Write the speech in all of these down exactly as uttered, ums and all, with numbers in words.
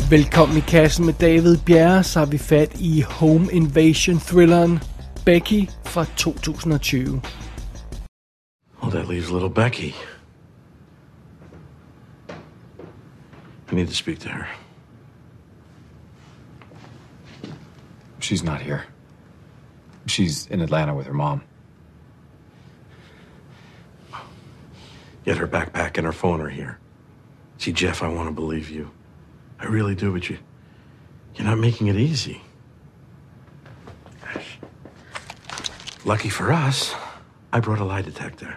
Velkommen i kassen med David Bjerre, så har vi fat i home invasion thrilleren Becky fra to tusind og tyve. Well, that leaves little Becky. I need to speak to her. She's not here. She's in Atlanta with her mom. Yet her backpack and her phone are here. See, Jeff, I want to believe you. I really do, but you, you're not making it easy. Gosh. Lucky for us, I brought a lie detector.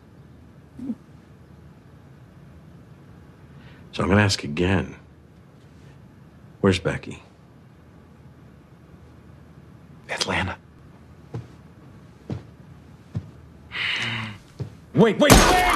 So I'm going to ask again. Where's Becky? Atlanta. Wait, wait, wait!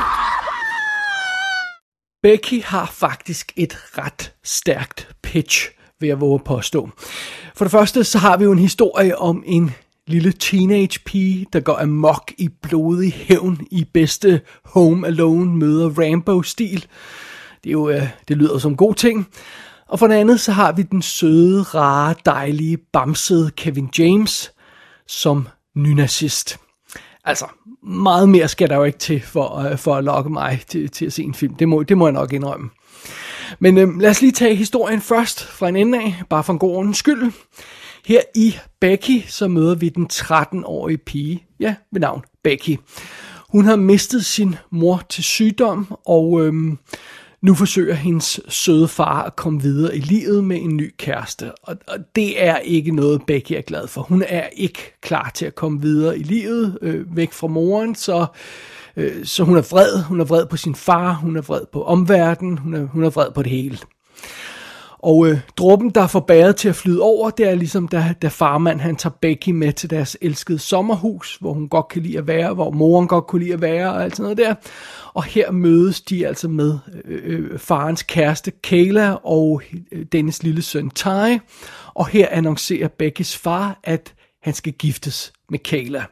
Becky har faktisk et ret stærkt pitch, vil jeg våge at påstå. For det første, så har vi jo en historie om en lille teenage pige, der går amok i blodig hævn i bedste Home Alone møder Rambo-stil. Det, er jo, det lyder som en god ting. Og for det andet, så har vi den søde, rare, dejlige, bamsede Kevin James som nynazist. Altså, meget mere skal der jo ikke til for, for at lokke mig til, til at se en film. Det må, det må jeg nok indrømme. Men øhm, lad os lige tage historien først fra en ende af, bare for en god ordens skyld. Her i Becky, så møder vi den tretten-årige pige, ja, ved navn Becky. Hun har mistet sin mor til sygdom, og øhm, nu forsøger hendes søde far at komme videre i livet med en ny kæreste. Og, og det er ikke noget, Becky er glad for. Hun er ikke klar til at komme videre i livet, øh, væk fra moren, så, øh, så hun er vred. Hun er vred på sin far, hun er vred på omverdenen, hun er, hun er vred på det hele. Og øh, dråben, der får bæret til at flyde over, det er ligesom, da, da farmand han tager Becky med til deres elskede sommerhus, hvor hun godt kan lide at være, hvor moren godt kunne lide at være, og alt sådan noget der. Og her mødes de altså med øh, farens kæreste Kayla og øh, dennes lille søn Ty. Og her annoncerer Beckys far, at han skal giftes med Kayla.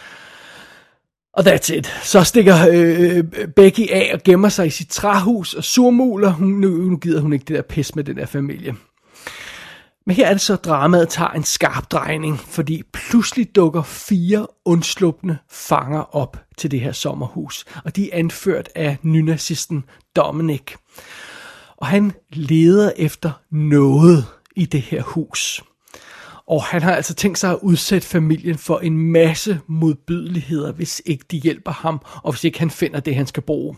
Og that's it. Så stikker øh, Becky af og gemmer sig i sit træhus og surmuler. Hun, nu, nu gider hun ikke det der pis med den der familie. Men her er det så, dramaet tager en skarp drejning, fordi pludselig dukker fire undslupne fanger op til det her sommerhus. Og de er anført af nynazisten Dominic. Og han leder efter noget i det her hus. Og han har altså tænkt sig at udsætte familien for en masse modbydeligheder, hvis ikke de hjælper ham, og hvis ikke han finder det, han skal bruge.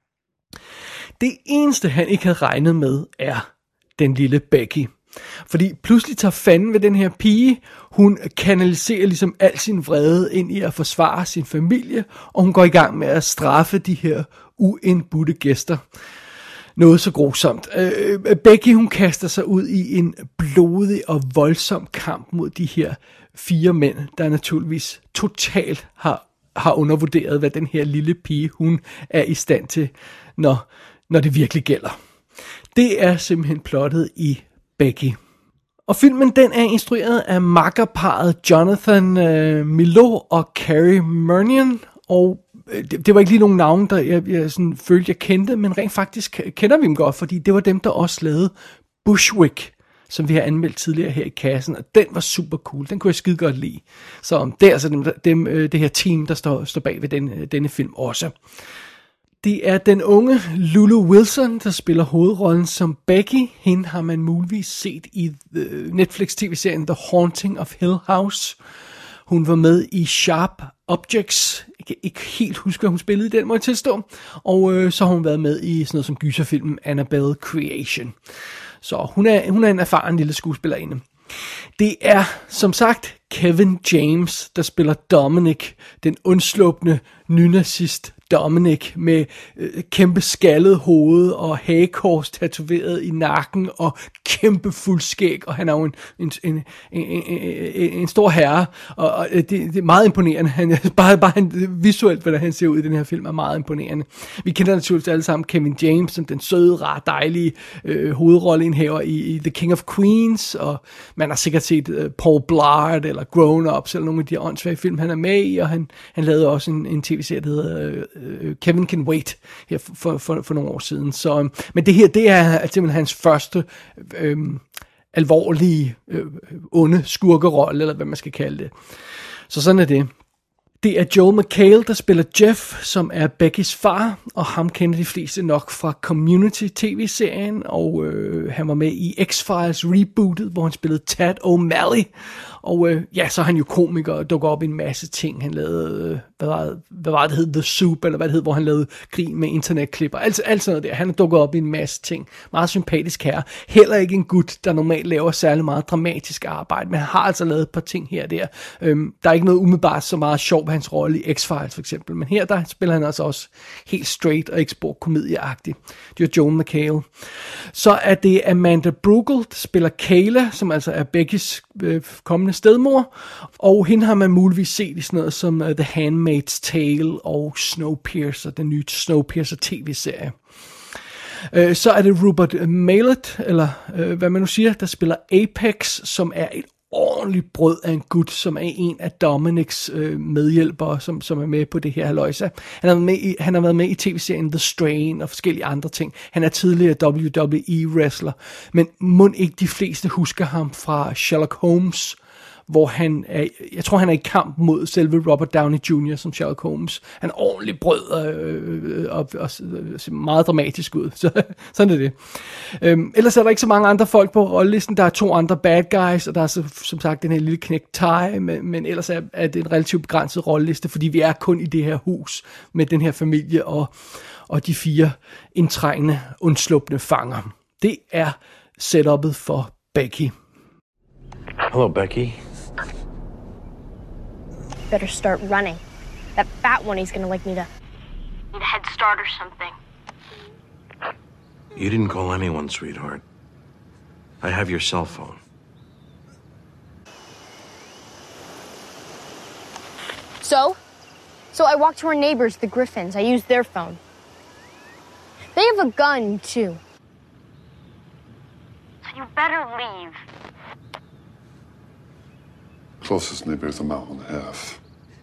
Det eneste, han ikke havde regnet med, er den lille Becky. Fordi pludselig tager fanden ved den her pige, hun kanaliserer ligesom al sin vrede ind i at forsvare sin familie, og hun går i gang med at straffe de her uindbudte gæster. Noget så grusomt. Øh, Becky, hun kaster sig ud i en blodig og voldsom kamp mod de her fire mænd, der naturligvis totalt har, har undervurderet, hvad den her lille pige, hun er i stand til, når, når det virkelig gælder. Det er simpelthen plottet i Becky. Og filmen, den er instrueret af makkerparret Jonathan øh, Milot og Carey Mulligan, og det, det var ikke lige nogen navne, der jeg, jeg sådan følte, jeg kendte, men rent faktisk kender vi dem godt, fordi det var dem, der også lavede Bushwick, som vi har anmeldt tidligere her i kassen, og den var super cool, den kunne jeg skide godt lide. Så det er altså dem, dem, det her team, der står, står bag ved den, denne film også. Det er den unge Lulu Wilson, der spiller hovedrollen som Becky. Hende har man muligvis set i Netflix-tv-serien The Haunting of Hill House. Hun var med i Sharp Objects. Jeg kan ikke helt huske, hvad hun spillede i den, må jeg tilstå. Og øh, så har hun været med i sådan noget som gyserfilmen Annabelle Creation. Så hun er, hun er en erfaren lille skuespillerinde. Det er, som sagt, Kevin James, der spiller Dominic, den undslupne nynazist Dominic med øh, kæmpe skaldet hoved og hagekors tatoveret i nakken og kæmpe fuldskæg, og han er jo en, en, en, en, en, en stor herre, og, og det, det er meget imponerende. Han, bare, bare han, visuelt, hvordan han ser ud i den her film, er meget imponerende. Vi kender naturligvis alle sammen Kevin James som den søde, rar, dejlige øh, hovedrolleindhaver i, i The King of Queens, og man har sikkert set øh, Paul Blart eller Grown Ups eller nogle af de åndssvage film, han er med i, og han, han lavede også en, en tv-serie, der hedder uh, Kevin Can Wait her for, for, for nogle år siden. Så, men det her, det er simpelthen hans første øh, alvorlige, øh, onde skurkerolle, eller hvad man skal kalde det. Så sådan er det. Det er Joel McHale, der spiller Jeff, som er Beckys far, og ham kender de fleste nok fra Community-tv-serien, og øh, han var med i X-Files rebootet, hvor han spillede Tad O'Malley, og øh, ja, så er han jo komiker og dukker op i en masse ting. Han lavede, øh, hvad, var, hvad var det hed, The Soup, eller hvad det hed, hvor han lavede grin med internetklipper, alt, alt sådan noget der. Han er dukket op i en masse ting. Meget sympatisk herre. Heller ikke en gut, der normalt laver særlig meget dramatisk arbejde, men han har altså lavet et par ting her og der. Øhm, der er ikke noget umiddelbart så meget sjov ved hans rolle i X-Files for eksempel, men her der spiller han altså også helt straight og ikke spor komedieagtigt. Det er Joel McHale. Så er det Amanda Brugel, der spiller Kayla, som altså er Beckys øh, kommende stedmor, og hende har man muligvis set i sådan noget som uh, The Handmaid's Tale og Snowpiercer, den nye Snowpiercer tv-serie. Uh, så er det Rupert Mallet, eller uh, hvad man nu siger, der spiller Apex, som er et ordentligt brød af en gut, som er en af Dominics øh, medhjælpere, som, som er med på det her halløjsa. Han har, med i, han har været med i tv-serien The Strain og forskellige andre ting. Han er tidligere W W E-wrestler, men mon ikke de fleste husker ham fra Sherlock Holmes, hvor han er, jeg tror han er i kamp mod selve Robert Downey junior som Sherlock Holmes. Han er ordentligt brød øh, og, og, og ser meget dramatisk ud. Så, sådan er det. Øhm, ellers er der ikke så mange andre folk på rollelisten. Der er to andre bad guys, og der er så, som sagt den her lille knægt Ty, men, men ellers er, er det en relativt begrænset rolleliste, fordi vi er kun i det her hus med den her familie og, og de fire indtrængende, undslupne fanger. Det er setupet for Becky. Hello, Becky. Better start running. That fat one, he's gonna like me to need a head start or something. You didn't call anyone, sweetheart. I have your cell phone. So? So I walked to our neighbors, the Griffins. I used their phone. They have a gun, too. So you better leave. Closest neighbor is a mile and a half.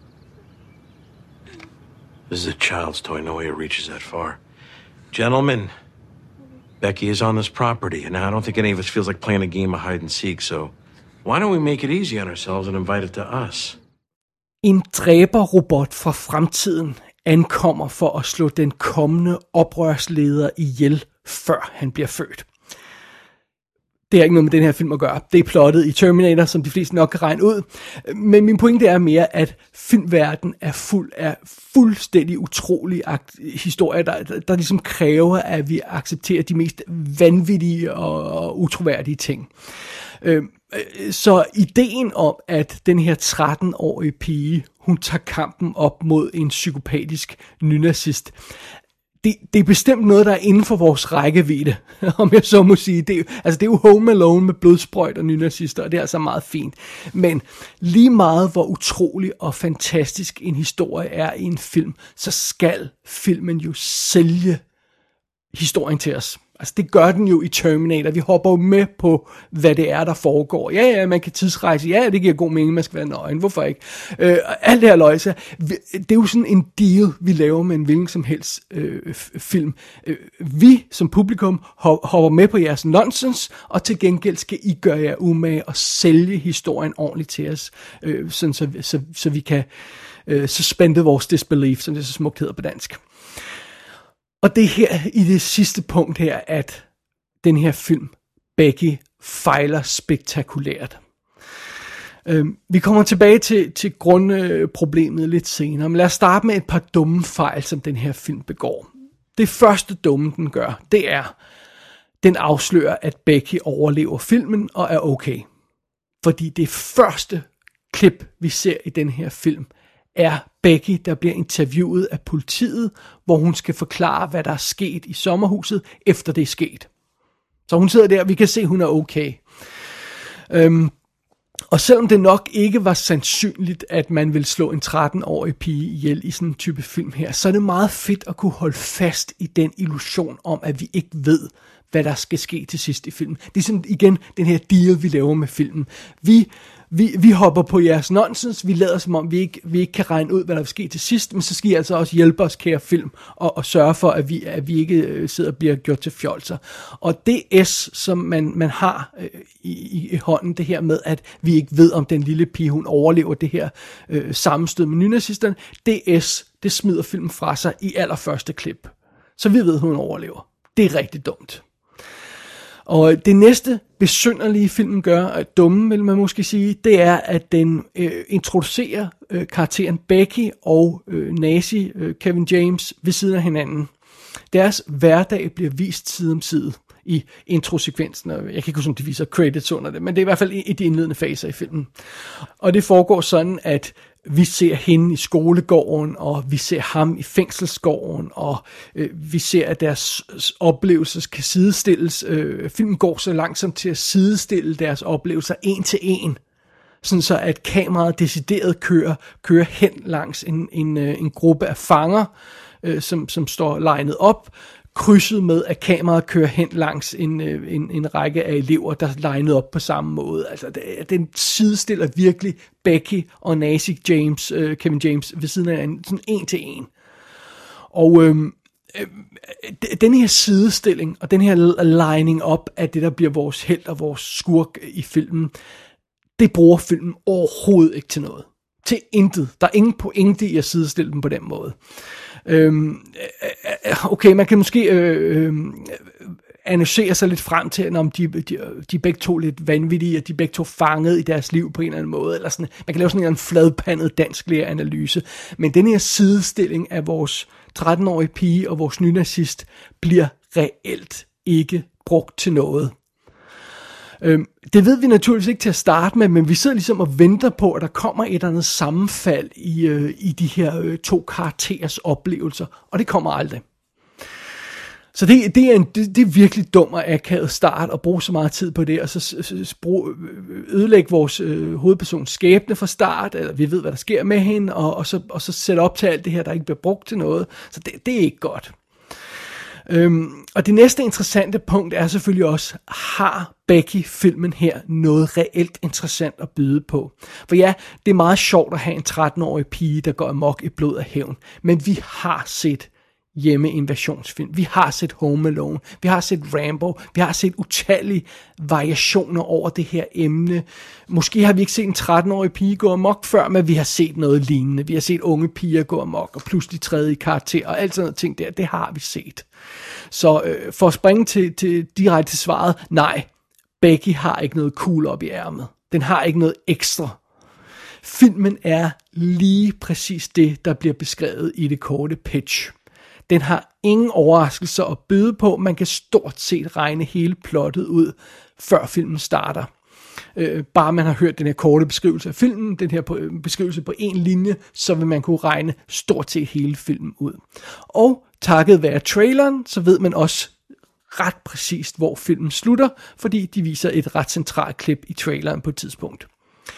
This is a child's toy. No way it reaches that far. Gentlemen, Becky is on this property, and now I don't think any of us feels like playing a game of hide and seek, so why don't we make it easy on ourselves and invite it to us? En dræberrobot fra fremtiden ankommer for at slå den kommende oprørsleder ihjel, før han bliver født. Det har ikke noget med den her film at gøre. Det er plottet i Terminator, som de fleste nok kan regne ud. Men min pointe er mere, at filmverdenen er fuld af fuldstændig utrolige historier, der, der, der ligesom kræver, at vi accepterer de mest vanvittige og, og utroværdige ting. Så ideen om, at den her tretten-årige pige, hun tager kampen op mod en psykopatisk nynazist, Det, det er bestemt noget, der er inden for vores rækkevidde, om jeg så må sige. Det, altså, det er jo Home Alone med blodsprøjt og nynazister, og det er altså meget fint. Men lige meget, hvor utrolig og fantastisk en historie er i en film, så skal filmen jo sælge historien til os. Altså, det gør den jo i Terminator. Vi hopper jo med på, hvad det er, der foregår. Ja, ja, man kan tidsrejse. Ja, det giver god mening, man skal være nøgen. Hvorfor ikke? Øh, alt det her løjse. Det er jo sådan en deal, vi laver med en hvilken som helst øh, film. Øh, vi, som publikum, hopper med på jeres nonsens, og til gengæld skal I gøre jer umage og sælge historien ordentligt til os, øh, sådan så, så, så vi kan øh, suspende vores disbelief, som det så smukt hedder på dansk. Og det er her i det sidste punkt her, at den her film, Becky, fejler spektakulært. Øhm, vi kommer tilbage til, til grundproblemet lidt senere, men lad os starte med et par dumme fejl, som den her film begår. Det første dumme, den gør, det er, den afslører, at Becky overlever filmen og er okay. Fordi det første klip, vi ser i den her film, er Becky, der bliver interviewet af politiet, hvor hun skal forklare, hvad der er sket i sommerhuset, efter det er sket. Så hun sidder der, og vi kan se, at hun er okay. Øhm, og selvom det nok ikke var sandsynligt, at man ville slå en tretten-årig pige ihjel i sådan en type film her, så er det meget fedt at kunne holde fast i den illusion om, at vi ikke ved, hvad der skal ske til sidst i filmen. Det er sådan igen den her deal, vi laver med filmen. Vi vi, vi hopper på jeres nonsens, vi lader som om, vi ikke, vi ikke kan regne ud, hvad der vil ske til sidst, men så skal I altså også hjælpe os, kære film, og, og sørge for, at vi, at vi ikke sidder og bliver gjort til fjolser. Og det S, som man, man har øh, i, i hånden, det her med, at vi ikke ved, om den lille pige, hun overlever det her øh, sammenstød med nynazisterne, det S, det smider filmen fra sig i allerførste klip. Så vi ved, hun overlever. Det er rigtig dumt. Og det næste besynderlige filmen gør, dumme vil man måske sige, det er, at den øh, introducerer øh, karakteren Becky og øh, nazi øh, Kevin James ved siden af hinanden. Deres hverdag bliver vist side om side i introsekvensen, og jeg kan ikke huske, om de viser credits under det, men det er i hvert fald i, i de indledende faser i filmen. Og det foregår sådan, at vi ser hende i skolegården, og vi ser ham i fængselsgården, og øh, vi ser, at deres oplevelser kan sidestilles. Øh, filmen går så langsomt til at sidestille deres oplevelser en til en, sådan så at kameraet decideret kører, kører hen langs en, en, en gruppe af fanger, øh, som, som står linet op, krydset med, at kameraet kører hen langs en, en, en række af elever, der er linet op på samme måde. Altså, det, den sidestiller virkelig Becky og nazi James, øh, Kevin James ved siden af en, sådan en til en. Og øhm, øh, den her sidestilling, og den her lining op af det, der bliver vores held og vores skurk i filmen, det bruger filmen overhovedet ikke til noget. Til intet. Der er ingen pointe i at sidestille dem på den måde. Øhm, okay, man kan måske øh, øh, analysere sig lidt frem til, om de, de, de er begge to lidt vanvittige, og de er begge to fanget i deres liv på en eller anden måde, eller sådan. Man kan lave sådan en fladpandet dansk analyse, men den her sidestilling af vores tretten-årige pige og vores nynazist bliver reelt ikke brugt til noget. Øhm, det ved vi naturligvis ikke til at starte med, men vi sidder ligesom og venter på, at der kommer et eller andet sammenfald i, øh, i de her øh, to karakterers oplevelser, og det kommer aldrig. Så det, det, er, en, det, det er virkelig dum og akavet start at bruge så meget tid på det, og så, så, så brug, ødelægge vores øh, hovedpersons skæbne fra start, eller vi ved, hvad der sker med hende, og, og, så, og så sætte op til alt det her, der ikke bliver brugt til noget. Så det, det er ikke godt. Øhm, og det næste interessante punkt er selvfølgelig også, har Becky-filmen her noget reelt interessant at byde på? For ja, det er meget sjovt at have en tretten-årig pige, der går amok i blod af hævn, men vi har set hjemmeinvasionsfilm, vi har set Home Alone, vi har set Rambo, vi har set utallige variationer over det her emne. Måske har vi ikke set en tretten-årig pige gå amok før, men vi har set noget lignende. Vi har set unge piger gå amok og pludselig træde i karakter og alt sådan noget ting der, det har vi set. Så øh, for at springe til, til direkte til svaret, nej, Becky har ikke noget cool op i ærmet. Den har ikke noget ekstra. Filmen er lige præcis det, der bliver beskrevet i det korte pitch. Den har ingen overraskelser at byde på. Man kan stort set regne hele plottet ud, før filmen starter. Øh, bare man har hørt den her korte beskrivelse af filmen, den her beskrivelse på en linje, så vil man kunne regne stort set hele filmen ud. Og takket være traileren, så ved man også ret præcist, hvor filmen slutter, fordi de viser et ret centralt klip i traileren på et tidspunkt.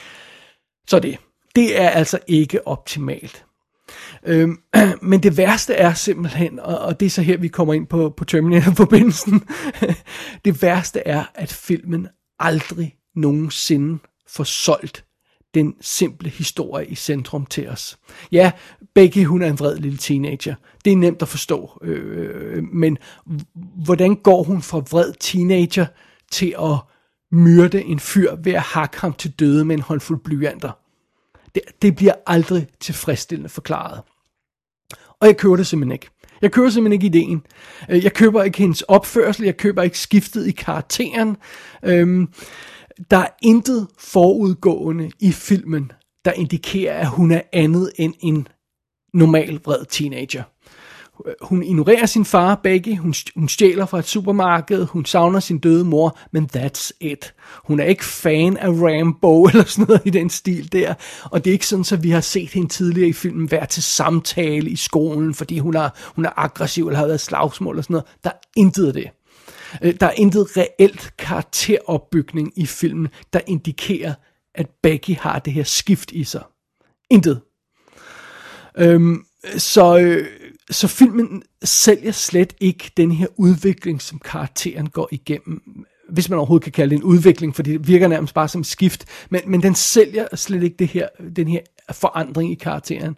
Så det, det er altså ikke optimalt. Øhm, men det værste er simpelthen, og, og det er så her, vi kommer ind på, på Terminator-forbindelsen, det værste er, at filmen aldrig nogensinde får solgt den simple historie i centrum til os. Ja, Becky, hun er en vred lille teenager. Det er nemt at forstå. Øh, men hvordan går hun fra vred teenager til at myrde en fyr ved at hakke ham til døde med en håndfuld blyanter? Det, det bliver aldrig tilfredsstillende forklaret. Og jeg køber det simpelthen ikke. Jeg køber simpelthen ikke ideen. Jeg køber ikke hendes opførsel. Jeg køber ikke skiftet i karakteren. Øhm, der er intet forudgående i filmen, der indikerer, at hun er andet end en normal vred teenager. Hun ignorerer sin far, Becky, hun, hun stjæler fra et supermarked, hun savner sin døde mor, men that's it. Hun er ikke fan af Rambo eller sådan noget i den stil der, og det er ikke sådan, at vi har set hende tidligere i filmen være til samtale i skolen, fordi hun er, hun er aggressiv eller har været slagsmål og sådan noget. Der er intet af det. Der er intet reelt karakteropbygning i filmen, der indikerer, at Becky har det her skift i sig. Intet. Øhm, så... Øh, Så filmen sælger slet ikke den her udvikling, som karakteren går igennem. hvis man overhovedet kan kalde det en udvikling, for det virker nærmest bare som skift, men, men den sælger slet ikke det her, den her forandring i karakteren.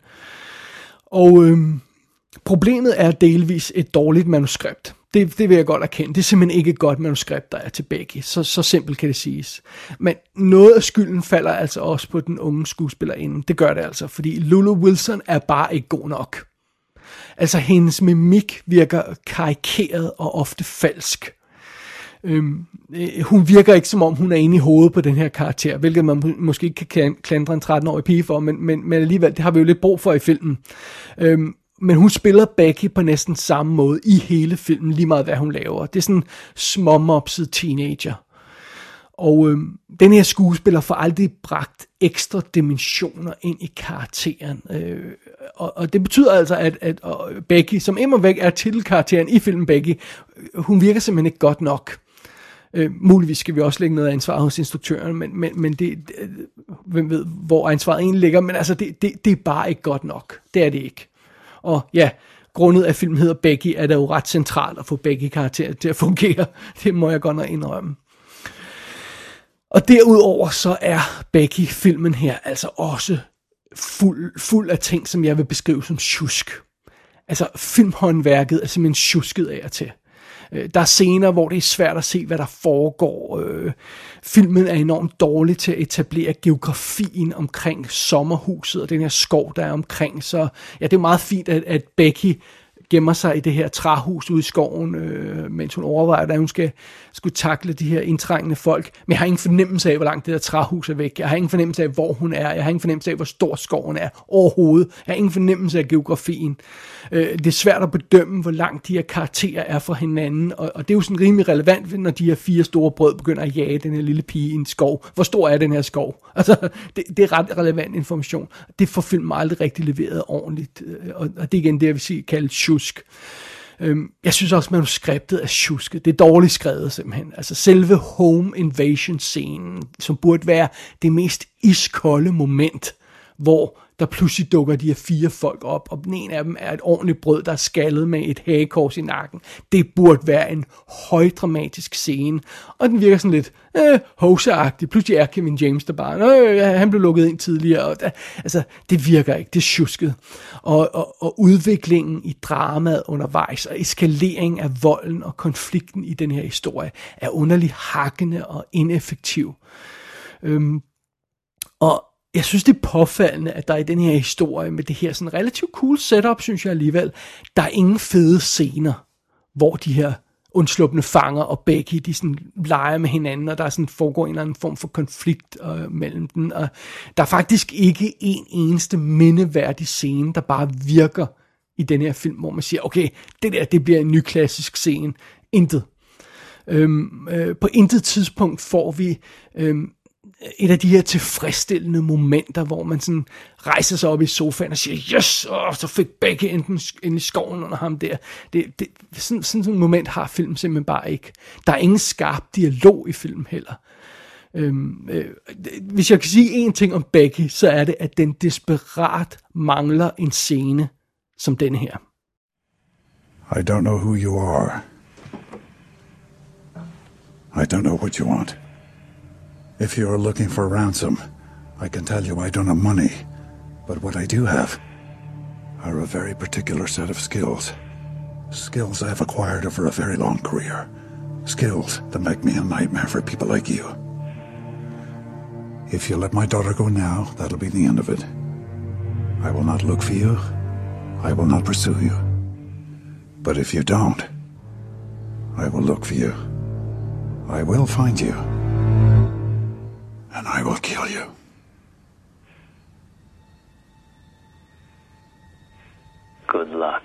Og øhm, problemet er delvis et dårligt manuskript. Det, det vil jeg godt erkende. Det er simpelthen ikke et godt manuskript, der er til Becky. Så, så simpelt kan det siges. Men noget af skylden falder altså også på den unge skuespillerinde. Det gør det altså, fordi Lulu Wilson er bare ikke god nok. Altså hendes mimik virker karikeret og ofte falsk. Øhm, øh, hun virker ikke som om hun er inde i hovedet på den her karakter, hvilket man må, måske ikke kan klandre en tretten-årig pige for, men, men, men alligevel, det har vi jo lidt brug for i filmen. Øhm, men hun spiller Becky på næsten samme måde i hele filmen, lige meget hvad hun laver. Det er sådan en småmopset teenager. Og øhm, den her skuespiller får aldrig bragt ekstra dimensioner ind i karakteren. Øh, og, og det betyder altså, at, at og Becky, som immervæk er titelkarakteren i filmen Becky, hun virker simpelthen ikke godt nok. Øh, muligvis skal vi også lægge noget af ansvaret hos instruktøren, men, men, men det, det, hvem ved, hvor ansvaret egentlig ligger. Men altså, det, det, det er bare ikke godt nok. Det er det ikke. Og ja, grundet af filmen hedder Becky, er det jo ret centralt at få Becky-karakteren til at fungere. Det må jeg godt nok indrømme. Og derudover så er Becky-filmen her altså også fuld, fuld af ting, som jeg vil beskrive som sjusk. Altså filmhåndværket er simpelthen sjusket af og til. Der er scener, hvor det er svært at se, hvad der foregår. Filmen er enormt dårlig til at etablere geografien omkring sommerhuset og den her skov, der er omkring. Så ja, det er meget fint, at, at Becky gemmer sig i det her træhus ude i skoven, øh, mens hun overvejer, at hun skal skulle takle de her indtrængende folk. Men jeg har ingen fornemmelse af, hvor langt det der træhus er væk. Jeg har ingen fornemmelse af, hvor hun er. Jeg har ingen fornemmelse af, hvor stor skoven er overhovedet. Jeg har ingen fornemmelse af geografien. Øh, det er svært at bedømme, hvor langt de her karakterer er fra hinanden, og, og det er jo sådan rimelig relevant, når de her fire store brød begynder at jage den her lille pige i en skov. Hvor stor er den her skov? Altså, det, det er ret relevant information. Det får filmen aldrig rigtig leveret ordentligt, og, og det er igen det, jeg vil sige, kaldet sjusk. Jeg synes også, at manuskriptet er sjusket. Det er dårligt skrevet simpelthen. Altså selve home invasion scenen, som burde være det mest iskolde moment, hvor der pludselig dukker de her fire folk op, og den ene af dem er et ordentligt brød, der er skaldet med et hagekors i nakken. Det burde være en højdramatisk scene, og den virker sådan lidt øh, hoseagtig. Pludselig er Kevin James der bare, øh, han blev lukket ind tidligere, og der, altså, det virker ikke, det er sjusket. Og, og, og udviklingen i dramaet undervejs, og eskalering af volden og konflikten i den her historie, er underligt hakkende og ineffektiv. Øhm, og jeg synes, det er påfaldende, at der i den her historie med det her sådan relativt cool setup, synes jeg alligevel, der er ingen fede scener, hvor de her undslupne fanger og Becky, de sådan leger med hinanden, og der er sådan foregår en eller anden form for konflikt øh, mellem dem. Og der er faktisk ikke en eneste mindeværdig scene, der bare virker i den her film, hvor man siger, okay, det der, det bliver en ny klassisk scene. Intet. Øhm, øh, på intet tidspunkt får vi øhm, et af de her tilfredsstillende momenter, hvor man sådan rejser sig op i sofaen og siger, yes, oh, så fik Becky enten ind i skoven under ham der. Det, det, sådan, sådan et moment har film simpelthen bare ikke. Der er ingen skarp dialog i filmen heller. Øhm, øh, hvis jeg kan sige en ting om Becky, så er det, at den desperat mangler en scene som denne her. I don't know who you are. I don't know what you want. If you're looking for ransom, I can tell you I don't have money. But what I do have are a very particular set of skills. Skills I've acquired over a very long career. Skills that make me a nightmare for people like you. If you let my daughter go now, that'll be the end of it. I will not look for you. I will not pursue you. But if you don't, I will look for you. I will find you. And I will kill you. Good luck.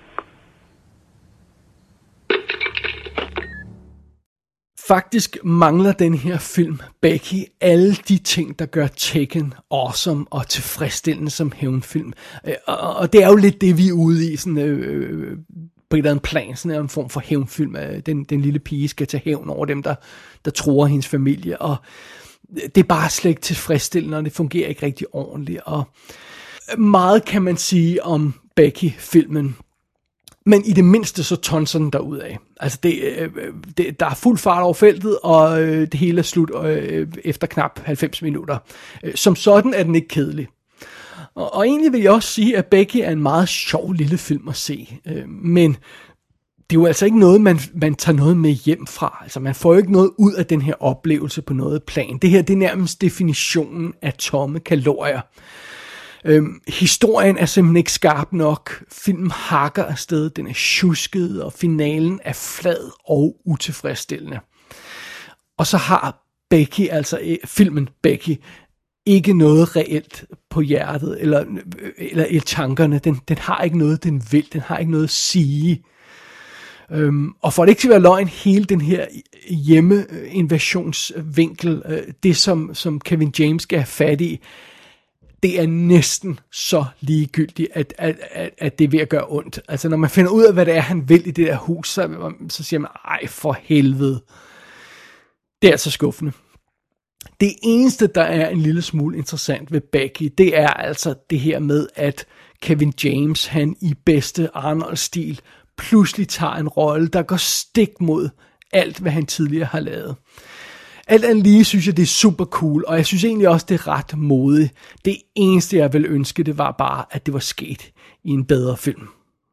Faktisk mangler den her film, Becky, alle de ting, der gør Taken awesome og tilfredsstillende som hævnfilm. Og, og det er jo lidt det, vi er ude i, sådan, øh, på et eller andet plan, sådan en form for hævnfilm. Den, den lille pige skal tage hævn over dem, der, der tror hendes familie, og det er bare slet ikke tilfredsstillende, og det fungerer ikke rigtig ordentligt. Og meget kan man sige om Becky-filmen, Men i det mindste så tonser den derudad. Altså det, øh, det, der er fuld fart over feltet, og øh, det hele er slut øh, efter knap halvfems minutter. Øh, som sådan er den ikke kedelig. Og, og egentlig vil jeg også sige, at Becky er en meget sjov lille film at se. Øh, men det er jo altså ikke noget, man, man tager noget med hjem fra. Altså man får jo ikke noget ud af den her oplevelse på noget plan. Det her, det er nærmest definitionen af tomme kalorier. Øhm, historien er simpelthen ikke skarp nok. Filmen hakker afsted, den er tjusket, og finalen er flad og utilfredsstillende. Og så har Becky, altså filmen Becky, ikke noget reelt på hjertet, eller, eller i tankerne. Den, den har ikke noget, den vil. Den har ikke noget at sige. Øhm, og for det ikke skal være løgn, hele den her hjemmeinvasionsvinkel, øh, det som, som Kevin James skal have fat i, det er næsten så ligegyldigt, at, at, at, at det er ved at gøre ondt. Altså når man finder ud af, hvad det er, han vil i det der hus, så, så siger man, ej for helvede. Det er altså skuffende. Det eneste, der er en lille smule interessant ved Becky, det er altså det her med, at Kevin James, han i bedste Arnold-stil, pludselig tager en rolle, der går stik mod alt, hvad han tidligere har lavet. Alt andet lige synes jeg, det er super cool, og jeg synes egentlig også, det er ret modigt. Det eneste, jeg ville ønske, det var bare, at det var sket i en bedre film.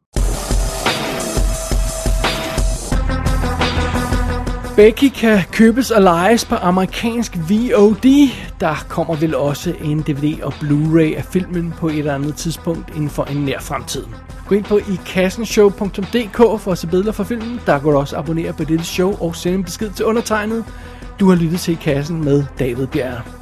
Becky kan købes og lejes på amerikansk V O D. Der kommer vel også en D V D og Blu-ray af filmen på et eller andet tidspunkt inden for en nær fremtid. Gå ind på i kassen show punktum d k for at se billeder fra filmen. Der kan du også abonnere på dette show og sende en besked til undertegnet. Du har lyttet til I Kassen med David Bjerre.